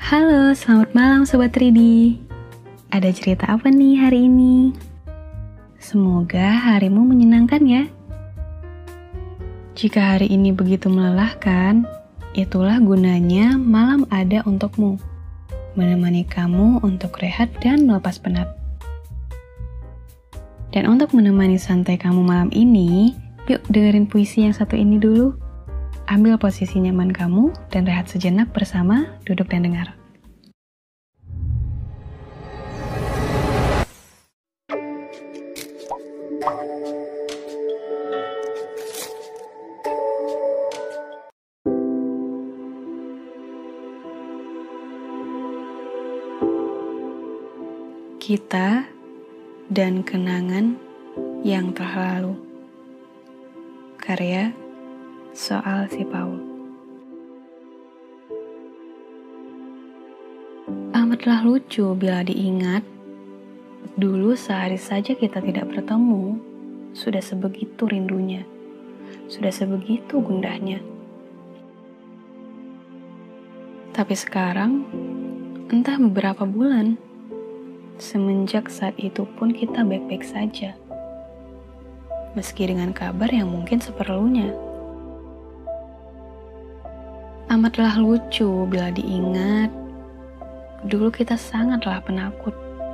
Halo, selamat malam Sobat 3D. Ada cerita apa nih hari ini? Semoga harimu menyenangkan ya. Jika hari ini begitu melelahkan, itulah gunanya malam ada untukmu. Menemani kamu untuk rehat dan melepas penat. Dan untuk menemani santai kamu malam ini, yuk dengerin puisi yang satu ini dulu. Ambil posisi nyaman kamu dan rehat sejenak bersama Duduk dan Dengar. Kita dan kenangan yang telah lalu. Karya Soal Si Paul. Amatlah lucu bila diingat, dulu sehari saja kita tidak bertemu, sudah sebegitu rindunya, sudah sebegitu gundahnya. Tapi sekarang, entah beberapa bulan, semenjak saat itu pun kita baik-baik saja. Meski dengan kabar yang mungkin seperlunya. Amatlah lucu bila diingat, dulu kita sangatlah penakut.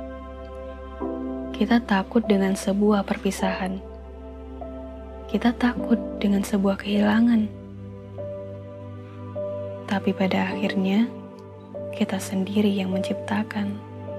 Kita takut dengan sebuah perpisahan. Kita takut dengan sebuah kehilangan. Tapi pada akhirnya, kita sendiri yang menciptakan.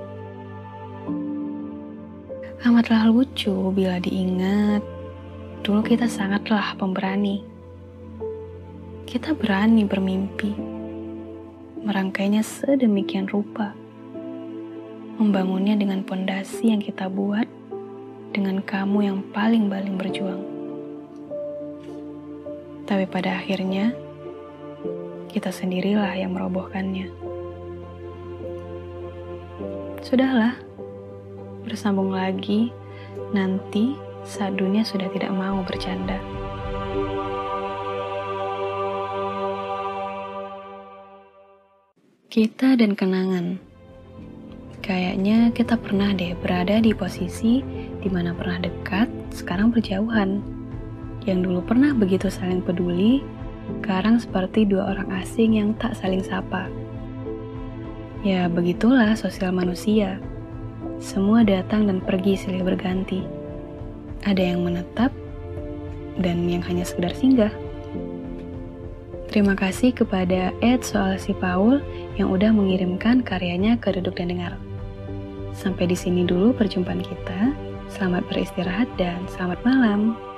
Amatlah lucu bila diingat, dulu kita sangatlah pemberani. Kita berani bermimpi, merangkainya sedemikian rupa, membangunnya dengan pondasi yang kita buat, dengan kamu yang paling-paling berjuang. Tapi pada akhirnya, kita sendirilah yang merobohkannya. Sudahlah, bersambung lagi nanti saat dunia sudah tidak mau bercanda. Kita dan kenangan. Kayaknya kita pernah deh berada di posisi di mana pernah dekat, sekarang berjauhan. Yang dulu pernah begitu saling peduli, sekarang seperti dua orang asing yang tak saling sapa. Ya, begitulah sosial manusia. Semua datang dan pergi silih berganti. Ada yang menetap dan yang hanya sekedar singgah. Terima kasih kepada Soal Si Paul yang udah mengirimkan karyanya ke Duduk dan Dengar. Sampai di sini dulu perjumpaan kita. Selamat beristirahat dan selamat malam.